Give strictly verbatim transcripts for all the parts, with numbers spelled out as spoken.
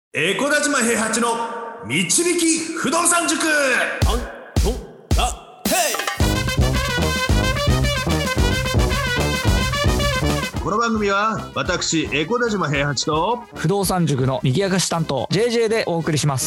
エコダ島平八の導き不動産塾。この番組は私エコダ島平八と不動産塾の右明かし担当 ジェイジェー でお送りします。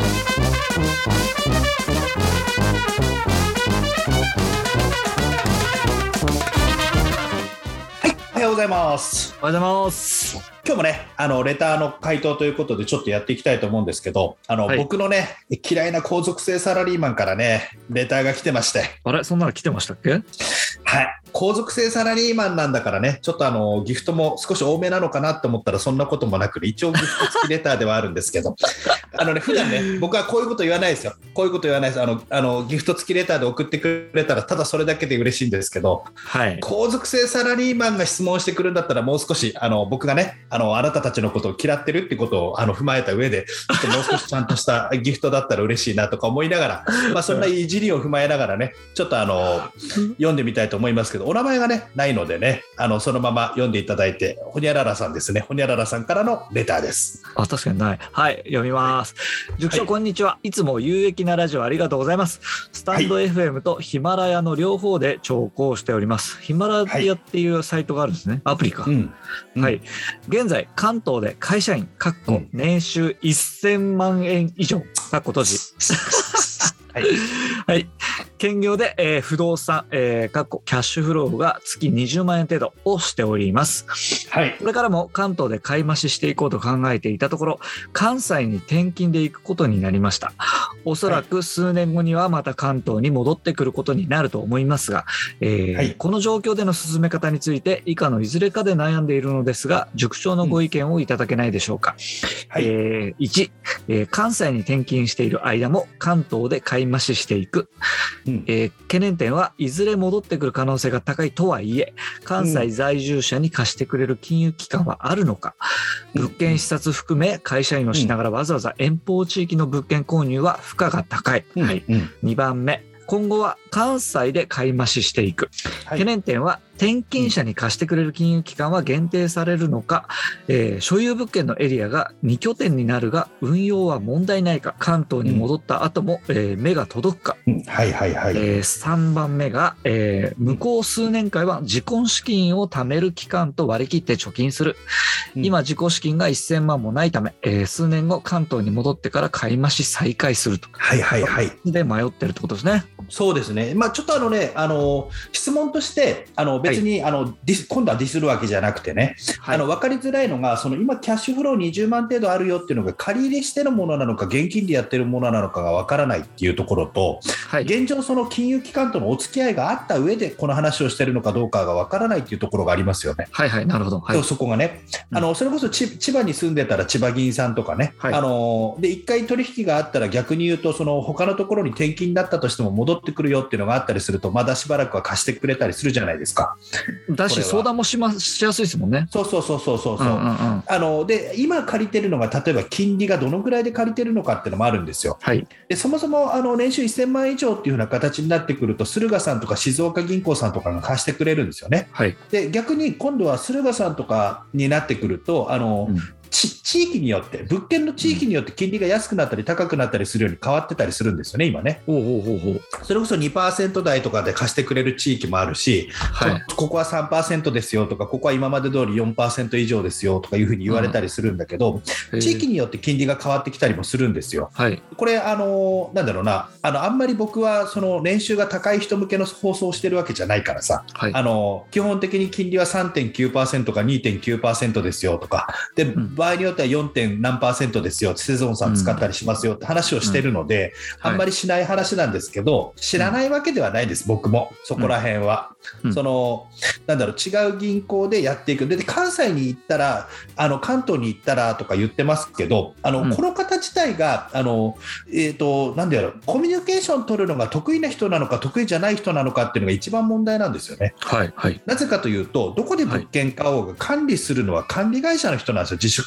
はい、おはようございます。 おはようございます。 今日もね、あのレターの回答ということでちょっとやっていきたいと思うんですけど、あの、はい、僕のね嫌いな皇族性サラリーマンからねレターが来てまして。 あれ、そんなの来てましたっけ？ はい、皇族性サラリーマンなんだからね、ちょっとあのギフトも少し多めなのかなと思ったらそんなこともなく、ね、一応ギフト付きレターではあるんですけどあのね、普段ね僕はこういうこと言わないですよ。こういうこと言わないです。あのあのギフト付きレターで送ってくれたらただそれだけで嬉しいんですけど、はい、皇族性サラリーマンが質問してくるんだったらもう少しあの僕がねあのあなたたちのことを嫌ってるってことをあの踏まえた上でちょっともう少しちゃんとしたギフトだったら嬉しいなとか思いながらまあそんないじりを踏まえながらねちょっとあの読んでみたいと思いますけど、お名前がねないのでね、あのそのまま読んでいただいて、ほにゃららさんですね。ほにゃららさんからのレターです。 あ、確かにない。はい、読みます。塾長、はい、こんにちは。いつも有益なラジオありがとうございます。スタンド エフエム とヒマラヤの両方で聴講しております。ヒマラヤっていうサイトがあるんですね。アプリか、うんうん、はい。現在関東で会社員かっこ年収せんまんえん以上かっこ閉じはい、はい、兼業で、えー、不動産、えー、かっこキャッシュフローが月にじゅうまんえん程度をしております、はい、これからも関東で買い増ししていこうと考えていたところ、関西に転勤で行くことになりました。おそらく数年後にはまた関東に戻ってくることになると思いますが、えーはい、この状況での進め方について以下のいずれかで悩んでいるのですが、塾長のご意見をいただけないでしょうか。うん、はい、えー、いち、えー、関西に転勤している間も関東で買い増ししていく、うんえー、懸念点はいずれ戻ってくる可能性が高いとはいえ、関西在住者に貸してくれる金融機関はあるのか、うん、物件視察含め会社員をしながらわざわざ遠方地域の物件購入は負荷が高い、うんはいうん、にばんめ、今後は関西で買い増ししていく、はい、懸念点は転勤者に貸してくれる金融機関は限定されるのか、えー、所有物件のエリアがに拠点になるが運用は問題ないか、関東に戻った後も、うんえー、目が届くか、うんはいはいはいえー、さんばんめが、えー、向こう数年間は自己資金を貯める期間と割り切って貯金する、うん、今自己資金がせんまんもないため、えー、数年後関東に戻ってから買い増し再開すると、 はいはいはい、 で迷ってるってことですね。 そうですね、まあ、ちょっとあのねあの質問としてあの別に、はい、あのディス今度はディスるわけじゃなくてね、はい、あの分かりづらいのがその今キャッシュフローにじゅうまん程度あるよっていうのが借り入れしてのものなのか現金でやってるものなのかが分からないっていうところと、はい、現状その金融機関とのお付き合いがあった上でこの話をしてるのかどうかが分からないっていうところがありますよね。 はいはい、なるほど、はい、 そこがね、あのそれこそ千葉に住んでたら千葉銀さんとかね、はい、あのでいっかい取引があったら逆に言うとその他のところに転勤だったとしても戻ってくるよっていうのがあったりするとまだしばらくは貸してくれたりするじゃないですか。 だし相談もし, ましやすいですもんね。 そうそうそうそうそう、うんうんうん、あので今借りてるのが例えば金利がどのぐらいで借りてるのかっていうのもあるんですよ、はい、でそもそもあの年収せんまん以上っていう風な形になってくると駿河さんとか静岡銀行さんとかが貸してくれるんですよね、はい、で逆に今度は駿河さんとかになってくるとあの、うん地域によって物件の地域によって金利が安くなったり高くなったりするように変わってたりするんですよね今ね。おうおうおうおう、それこそ にパーセント 台とかで貸してくれる地域もあるし、はい、ここは さんパーセント ですよとかここは今まで通り よんパーセント 以上ですよとかいうふうに言われたりするんだけど、うん、地域によって金利が変わってきたりもするんですよ、はい、これあのなんだろうなあのあんまり僕はその年収が高い人向けの放送をしてるわけじゃないからさ、はい、あの基本的に金利は さんてんきゅうパーセント か にてんきゅうパーセント ですよとかで、うん、場合によっては よん. 何パーセントですよセゾンさん使ったりしますよって話をしてるので、うんうん、あんまりしない話なんですけど、はい、知らないわけではないです、僕もそこら辺は、うん、そのなんだろう違う銀行でやっていくで関西に行ったらあの関東に行ったらとか言ってますけどあの、うん、この方自体があの、えーと、なんだろうコミュニケーション取るのが得意な人なのか得意じゃない人なのかっていうのが一番問題なんですよね、はいはい、なぜかというとどこで物件買おうが管理するのは管理会社の人なんですよ、自主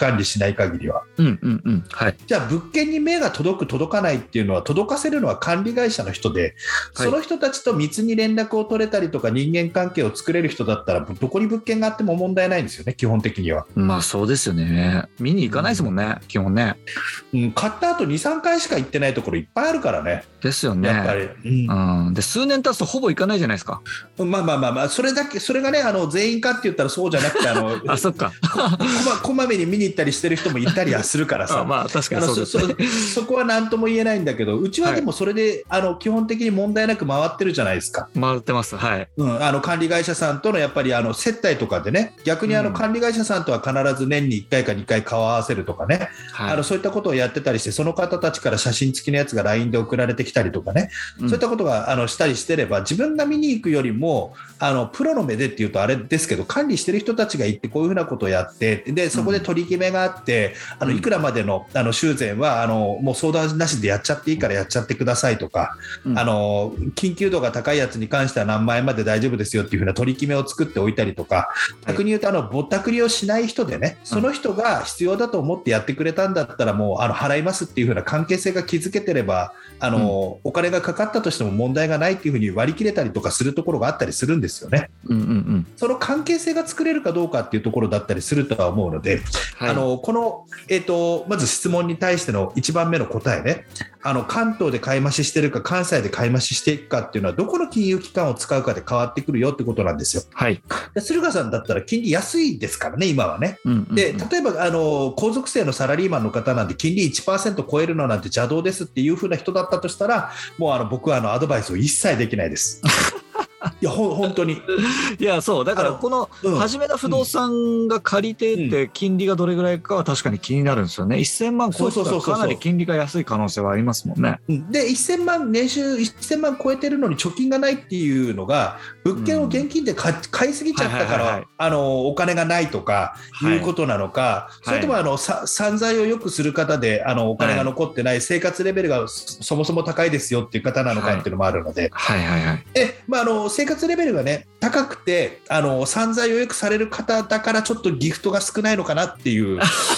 管理しない限りは、 うんうんうんはい、 じゃあ物件に目が届く届かないっていうのは、届かせるのは管理会社の人で、その人たちと密に連絡を取れたりとか人間関係を作れる人だったらどこに物件があっても問題ないんですよね、基本的には。 まあそうですよね。見に行かないですもんね、うん、基本ね、 うん、買った後 にさんかいしか行ってないところいっぱいあるからね。 ですよね。 やっぱり、 うんうん、で数年経つとほぼ行かないじゃないですか。 まあまあまあまあ、それだけ、それがね、あの全員かって言ったらそうじゃなくて、あのあそっかこまこまめに見に行ったりしてる人もいたりはするからさあまあ確かにそうですね。 そ, そ, そこは何とも言えないんだけど、うちはでもそれで、はい、あの基本的に問題なく回ってるじゃないですか。 回ってます、はい、 うん、あの管理会社さんとのやっぱりあの接待とかでね、逆にあの管理会社さんとは必ず年にいっかいかにかい顔を合わせるとかね、はい、あのそういったことをやってたりして、その方たちから写真付きのやつが ライン で送られてきたりとかね、うん、そういったことがあのしたりしてれば、自分が見に行くよりもあのプロの目でっていうとあれですけど、管理してる人たちが行ってこういうふうなことをやって、でそこで取り決めがあって、うん、あのいくらまで の, あの修繕はあのもう相談なしでやっちゃっていいからやっちゃってくださいとか、うん、あの緊急度が高いやつに関しては何万円まで大丈夫ですよっていうふうな取り決めを作っておいたりとか、逆に言うとあのぼったくりをしない人でね、その人が必要だと思ってやってくれたんだったらもうあの払いますっていうふうな関係性が築けてれば、あの、うん、お金がかかったとしても問題がないっていうふうに割り切れたりとかするところがあったりするんですよね、うんうんうん、その関係性が作れるかどうかっていうところだったりするとは思うので、はい、あのこの、えーと、まず質問に対してのいちばんめの答えね、あの関東で買い増ししてるか関西で買い増ししていくかっていうのはどこの金融機関を使うかで変わってくるよってことなんですよ、はい、で駿河さんだったら金利安いですからね今はね、うんうんうん、で例えばあの皇族生のサラリーマンの方なんて金利 いちパーセント 超えるのなんて邪道ですっていう風な人だったとしたら、もうあの僕はあのアドバイスを一切できないですいやほ本当にいやそうだからこの始めた不動産が借りてって金利がどれぐらいかは確かに気になるんですよね。せんまん超えてたらかなり金利が安い可能性はありますもんね。 でせんまん年収せんまん超えてるのに貯金がないっていうのが物件を現金で 買, 買いすぎちゃったからあのお金がないとかいうことなのか、はい、それともあの散財をよくする方であのお金が残ってない、はい、生活レベルがそもそも高いですよっていう方なのかっていうのもあるので、はいはいはいはい、でまああの生活レベルがね高くてあの散財をよくされる方だからちょっとギフトが少ないのかなっていう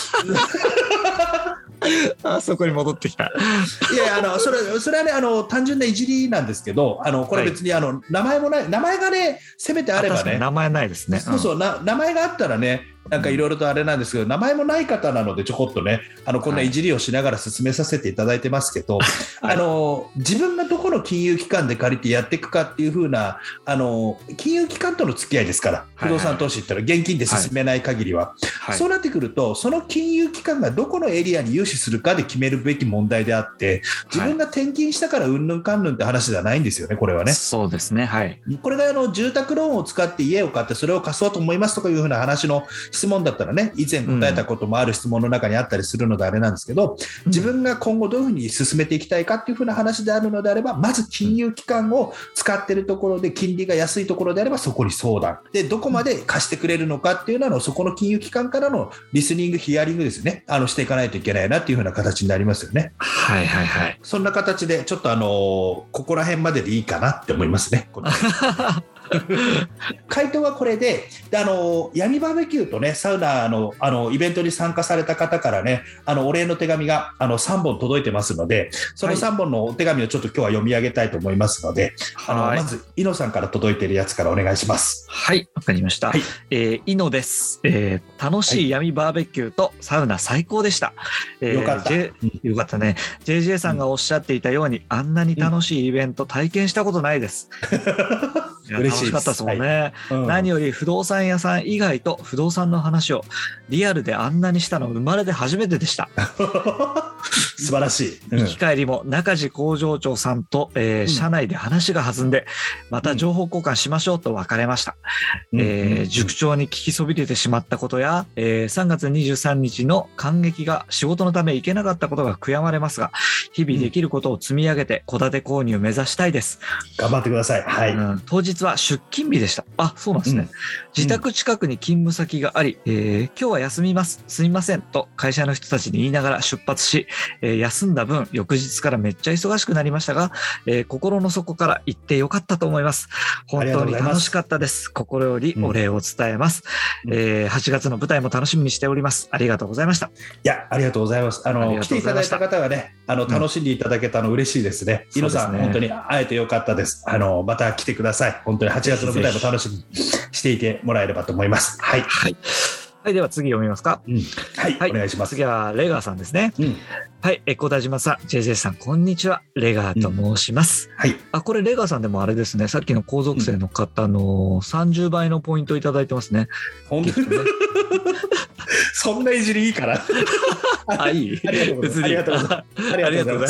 あそこに戻ってきたいやあのそれそれはねあの単純ないじりなんですけど、あのこれ別にあの、はい、名前もない名前がねせめてあればね、 名前ないですね、 そうそう、うん、な名前があったらねなんかいろいろとあれなんですけど、うん、名前もない方なのでちょこっとねあのこんないじりをしながら進めさせていただいてますけど、はい、あの自分がどこの金融機関で借りてやっていくかっていう風なあの金融機関との付き合いですから、不動産投資ってのは現金で進めない限りは、はいはい、そうなってくるとその金融機関がどこのエリアに融資するかで決めるべき問題であって、自分が転勤したからうんぬんかんぬんって話ではないんですよねこれはね。 そうですね、はい、これがあの住宅ローンを使って家を買ってそれを貸そうと思いますとかいう風な話の質問だったらね、以前答えたこともある質問の中にあったりするのであれなんですけど、自分が今後どういうふうに進めていきたいかっていうふうな話であるのであれば、まず金融機関を使っているところで金利が安いところであればそこに相談で、どこまで貸してくれるのかっていうのをそこの金融機関からのリスニングヒアリングですね、あのしていかないといけないなっていうふうな形になりますよね。 はいはいはい、 そんな形でちょっとあのここら辺まででいいかなって思いますね回答はこれ で, であの闇バーベキューと、ね、サウナ の, あのイベントに参加された方から、ね、あのお礼の手紙があのさんぼん届いてますので、そのさんぼんのお手紙をちょっと今日は読み上げたいと思いますので、はい、あのまず井野さんから届いているやつからお願いします。 はい、わかりました、はい、えー、井野です、えー、楽しい闇バーベキューとサウナ最高でした、はい、えー、よかった、J、よかったね。 ジェイジェー さんがおっしゃっていたように、うん、あんなに楽しいイベント体験したことないです、うん、いや楽しかったですもんね、はい、うん、何より不動産屋さん以外と不動産の話をリアルであんなにしたの生まれて初めてでした素晴らしい、 うん、行き帰りも中地工場長さんと、えー、社内で話が弾んで、また情報交換しましょうと別れました、うん、えー、塾長に聞きそびれてしまったことや、えー、さんがつにじゅうさんにちの感激が仕事のため行けなかったことが悔やまれますが、日々できることを積み上げて戸建て購入目指したいです。 頑張ってください、はい、 うん、当日は出勤日でした。あ、そうなんですね。うん、自宅近くに勤務先があり、えー、今日は休みます。すみません。と会社の人たちに言いながら出発し、えー、休んだ分、翌日からめっちゃ忙しくなりましたが、えー、心の底から行ってよかったと思います。本当に楽しかったです。心よりお礼を伝えます。うん、えー、はちがつの舞台も楽しみにしております。ありがとうございました。いや、ありがとうございます。あの、来ていただいた方がね、あの、楽しんでいただけたの嬉しいですね。井野さん、ね、本当に会えてよかったです。あの、また来てください。本当にはちがつの舞台も楽しみにしていてもらえればと思います。はい。 はい。はい、では次読みますか。 うん、はい、はい、お願いします。 次はレガーさんですね。 うん、 はい、小田島さん、ジェイジェイ さん、こんにちは。レガーと申します。 うん、はい。 あ、これレガーさんでもあれですね。さっきの後続生の方のさんじゅうばいのポイントいただいてますね。 本当に、ね、そんないじりいいから。 あ、いい。 ありがとうございます。ありがとうございます。 ありがとうございます。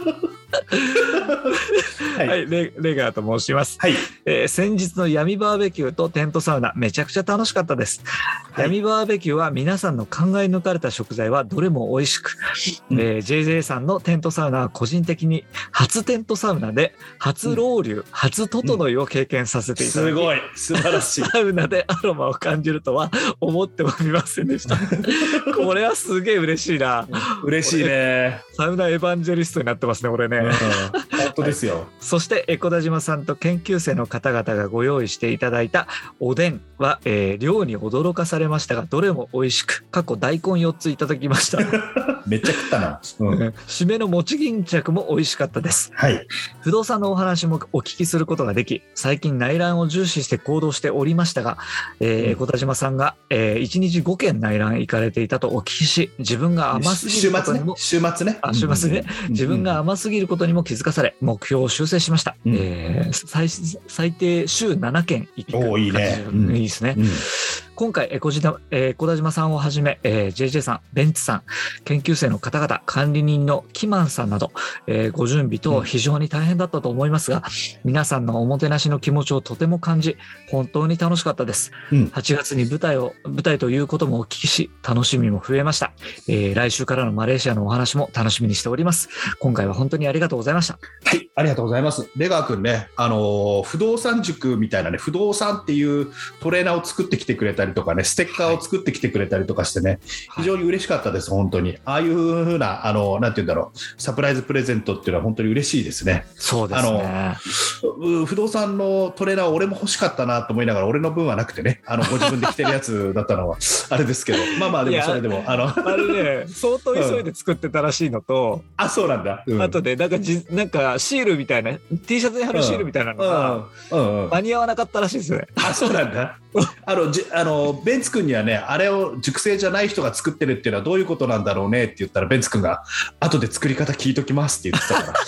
はい、はい、レ, レガーと申します、 はい。 えー、先日の闇バーベキューとテントサウナめちゃくちゃ楽しかったです、はい、闇バーベキューは皆さんの考え抜かれた食材はどれも美味しく、うんえー、ジェイジェイ さんのテントサウナは個人的に初テントサウナで初ロウリュ、うん、初整いを経験させていただき、 すごい素晴らしい。 サウナでアロマを感じるとは思ってもみませんでしたこれはすげえ嬉しいな。 嬉しいね。 サウナエヴァンジェリストになってますね俺ね、うん、 本当ですよ、はい。 そしてエコダ島さんと研究生の方々がご用意していただいたおでんは、えー、量に驚かされましたがどれも美味しく、過去大根よっついただきましためっちゃ食ったな、うん、 締めの餅巾着も美味しかったです、 はい、 不動産のお話もお聞きすることができ、最近内覧を重視して行動しておりましたが、えー、エコダ島さんが、えー、いちにちごけん内覧行かれていたとお聞きし、自分が甘すぎることにも週末ね、 あ週末ね、うん、自分が甘すぎることにも気づかされ目標を修正しました、うんえー、最, 最低週ななけん行く。 おいいね、 うん、いいですね、うん今回エコジダ、えー、小田島さんをはじめ、えー、ジェイジェイ さん、ベンツさん、研究生の方々、管理人のキマンさんなど、えー、ご準備等非常に大変だったと思いますが、うん、皆さんのおもてなしの気持ちをとても感じ、本当に楽しかったです。うん、はちがつに舞台を舞台ということもお聞きし、楽しみも増えました、えー。来週からのマレーシアのお話も楽しみにしております。今回は本当にありがとうございました。 はい、ありがとうございます。レガー君ね、あのー、不動産塾みたいなね、不動産っていうトレーナーを作ってきてくれたりとかね、ステッカーを作ってきてくれたりとかしてね、非常に嬉しかったです、本当に。ああいう風な、あの、なんていうんだろう、サプライズプレゼントっていうのは本当に嬉しいですね。 そうですね。 あの、不動産のトレーナー俺も欲しかったなと思いながら、俺の分はなくてね、あの、ご自分で着てるやつだったのは、あれですけど、まあまあ、でもそれでも、あの、 あれね、相当急いで作ってたらしいのと、 うん、あ、そうなんだ。うん、 あとで、なんかじ、なんかシールみたいな、T シャツに貼るシールみたいなのが、うんうんうん、間に合わなかったらしいですよね。 あ、そうなんだ。あの、じあの、ベンツ君にはね、あれを熟成じゃない人が作ってるっていうのはどういうことなんだろうねって言ったら、ベンツ君が後で作り方聞いときますって言ってたから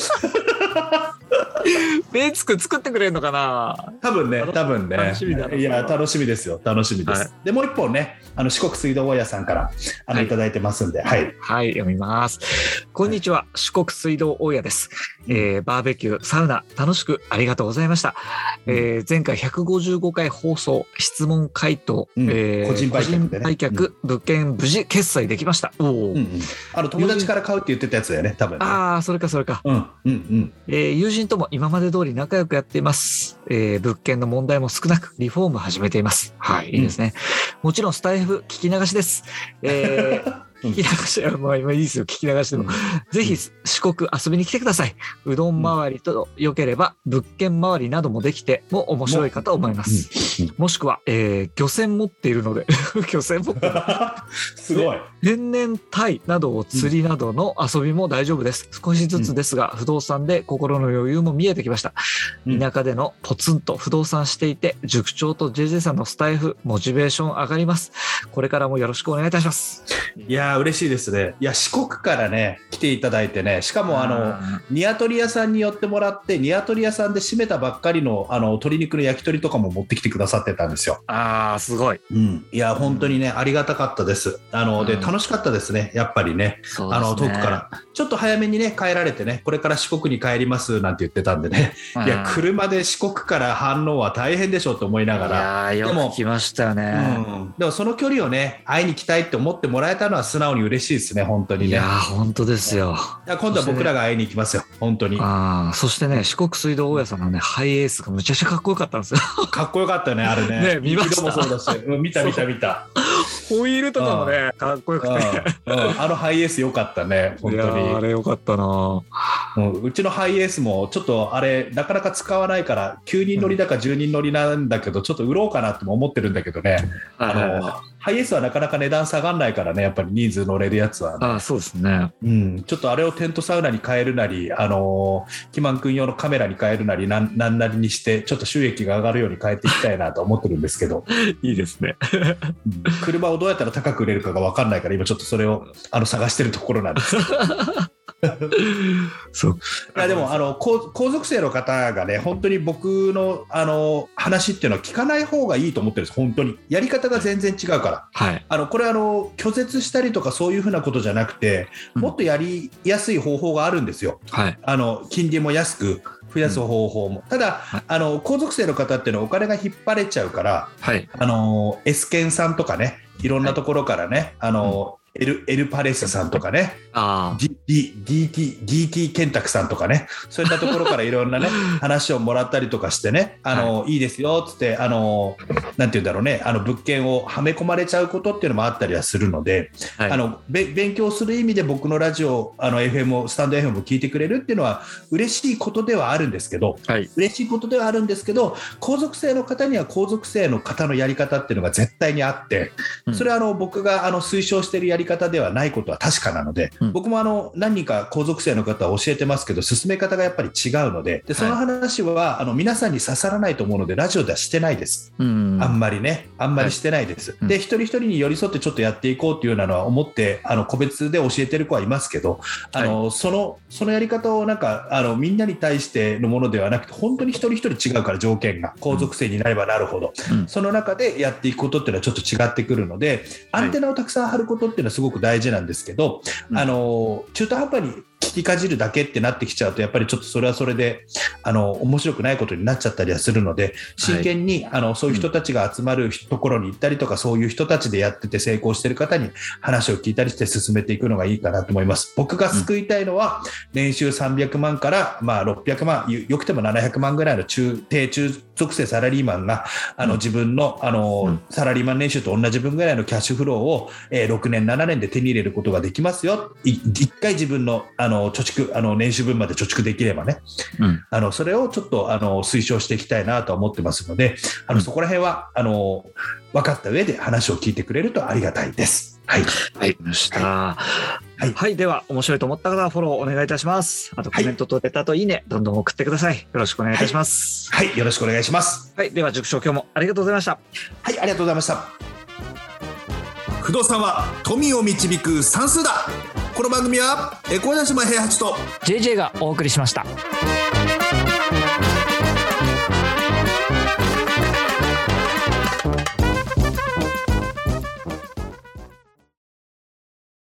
ベンツ君作ってくれるのかな。 多分ね、多分ね。 楽しみだな。 いや、楽しみですよ。楽しみです。はい、で、もう一本ね、あの四国水道大家さんからあの、はい、いただいてますんで、はい、 はい、読みます。こんにちは、はい、四国水道大家です、えー。バーベキュー、サウナ、楽しくありがとうございました。うん、えー、前回ひゃくごじゅうごかい放送、質問回答、うん、えー、個人売却でね、売却、うん、物件無事決済できました。おお、うんうん、 あの友達から買うって言ってたやつだよね、多分ね。 ああ、それかそれか。 うんうんうん。 えー、友人とも今まで通り仲良くやっています。えー、物件の問題も少なくリフォーム始めています。はい、いいですね。うん、もちろんスタイフ聞き流しです。えー聞き流しはまあ今いいですよ、聞き流しても、うん、ぜひ四国遊びに来てください。うどん周りと良ければ物件周りなどもできても面白いかと思います。 も,、うん、もしくは、えー、漁船持っているので漁船持っているすごい。 天然鯛などを釣りなどの遊びも大丈夫です。少しずつですが、うん、不動産で心の余裕も見えてきました。うん、田舎でのポツンと不動産していて、塾長と ジェイジェイ さんのスタイフモチベーション上がります。これからもよろしくお願いいたします。 いや嬉しいですね。いや四国からね来ていただいてね、しかもあのニワトリ屋さんに寄ってもらって、ニワトリ屋さんで締めたばっかりのあの鶏肉の焼き鳥とかも持ってきてくださってたんですよ。 あーすごい、 うん、いや本当にね、うん、ありがたかったです。あので楽しかったですね、やっぱり ね, ねあの遠くからちょっと早めにね帰られてね、これから四国に帰りますなんて言ってたんでね、いや車で四国から反応は大変でしょと思いながら、 いやよく来ましたよね。 でも、うん、でもその距離をね会いに来たいって思ってもらえたのは素素直に嬉しいですね、本当にね。 いや本当ですよ。 いや今度は僕らが会いに行きますよ、本当に。 あそしてね、四国水道大家さんのねハイエースがむちゃくちゃかっこよかったんですよ。 かっこよかったね、あれね。 ね見ました。 もそうだし、うん、見た見た見た。 ホイールとかもねかっこよくて、 うんうん、あのハイエースよかったね、本当に。 いやあれよかったな。 うん、うちのハイエースもちょっとあれなかなか使わないからきゅうにん乗りだかじゅうにん乗りなんだけど、ちょっと売ろうかなとも思ってるんだけどね、あのハイエースはなかなか値段下がんないからね、やっぱり人数乗れるやつは、ね、 あそうですね、 うん、ちょっとあれをテントサウナに変えるなり、あのキマン君用のカメラに変えるなり な, なんなりにしてちょっと収益が上がるように変えていきたいなと思ってるんですけどいいですね、 うん、車をどうやったら高く売れるかが分かんないから今ちょっとそれをあの探してるところなんですけどそういやでもあの皇族生の方がね本当に僕 の, あの話っていうのは聞かない方がいいと思ってるんです。本当にやり方が全然違うから、はい、あのこれあの拒絶したりとかそういうふうなことじゃなくて、うん、もっとやりやすい方法があるんですよ、はい、あの金利も安く増やす方法も、うん、ただ、はい、あの皇族生の方っていうのはお金が引っ張れちゃうから、はい、あの S 券さんとかねいろんなところからね、はい、あの、うんエル, エルパレスさんとかね、あ D, D, ディーティー ディーティー 建託さんとかね、そういったところからいろんなね話をもらったりとかしてね、あの、はい、いいですよっつってあのなんていうんだろうね、あの物件をはめ込まれちゃうことっていうのもあったりはするので、はい、あのべ勉強する意味で僕のラジオあの エフエム をスタンド エフエム を聞いてくれるっていうのは嬉しいことではあるんですけど、はい、嬉しいことではあるんですけど、皇族生の方には皇族生の方のやり方っていうのが絶対にあって、それはあの僕があの推奨しているやり方ではないことは確かなので、うん、僕もあの何人か皇族生の方は教えてますけど進め方がやっぱり違うの で, でその話は、はい、あの皆さんに刺さらないと思うのでラジオではしてないです、うん、あんまりねあんまりしてないです、はい、で一人一人に寄り添ってちょっとやっていこうっていうようなのは思ってあの個別で教えてる子はいますけど、あの、はい、そのそのやり方をなんかあのみんなに対してのものではなくて本当に一人一人違うから条件が皇族生になればなるほど、うん、その中でやっていくことっていうのはちょっと違ってくるので、アンテナをたくさん張ることっていうのはすごく大事なんですけど、うん、あの中途半端に聞きかじるだけってなってきちゃうとやっぱりちょっとそれはそれであの面白くないことになっちゃったりはするので、真剣に、はい、あのそういう人たちが集まるところに行ったりとか、うん、そういう人たちでやってて成功してる方に話を聞いたりして進めていくのがいいかなと思います。僕が救いたいのは、うん、年収さんびゃくまんから、まあ、ろっぴゃくまん、よくてもななひゃくまんぐらいの中低中属性サラリーマンがあの自分 の, あの、うん、サラリーマン年収と同じ分ぐらいのキャッシュフローを、えー、ろくねんななねんで手に入れることができますよ。一回自分のあの貯蓄あの年収分まで貯蓄できればね、うん、あのそれをちょっとあの推奨していきたいなと思ってますので、あのそこら辺はあの分かった上で話を聞いてくれるとありがたいです。はい、 はい、ました。はい、はい、では面白いと思った方はフォローお願いいたします。あとコメントとレターといいね、はい、どんどん送ってください。よろしくお願いいたします。 はい、はい、よろしくお願いします。 はい、では塾長今日もありがとうございました。 はい、ありがとうございました。不動産は富を導く算数だ。この番組は小田島平八とジェイジェイ がお送りしました。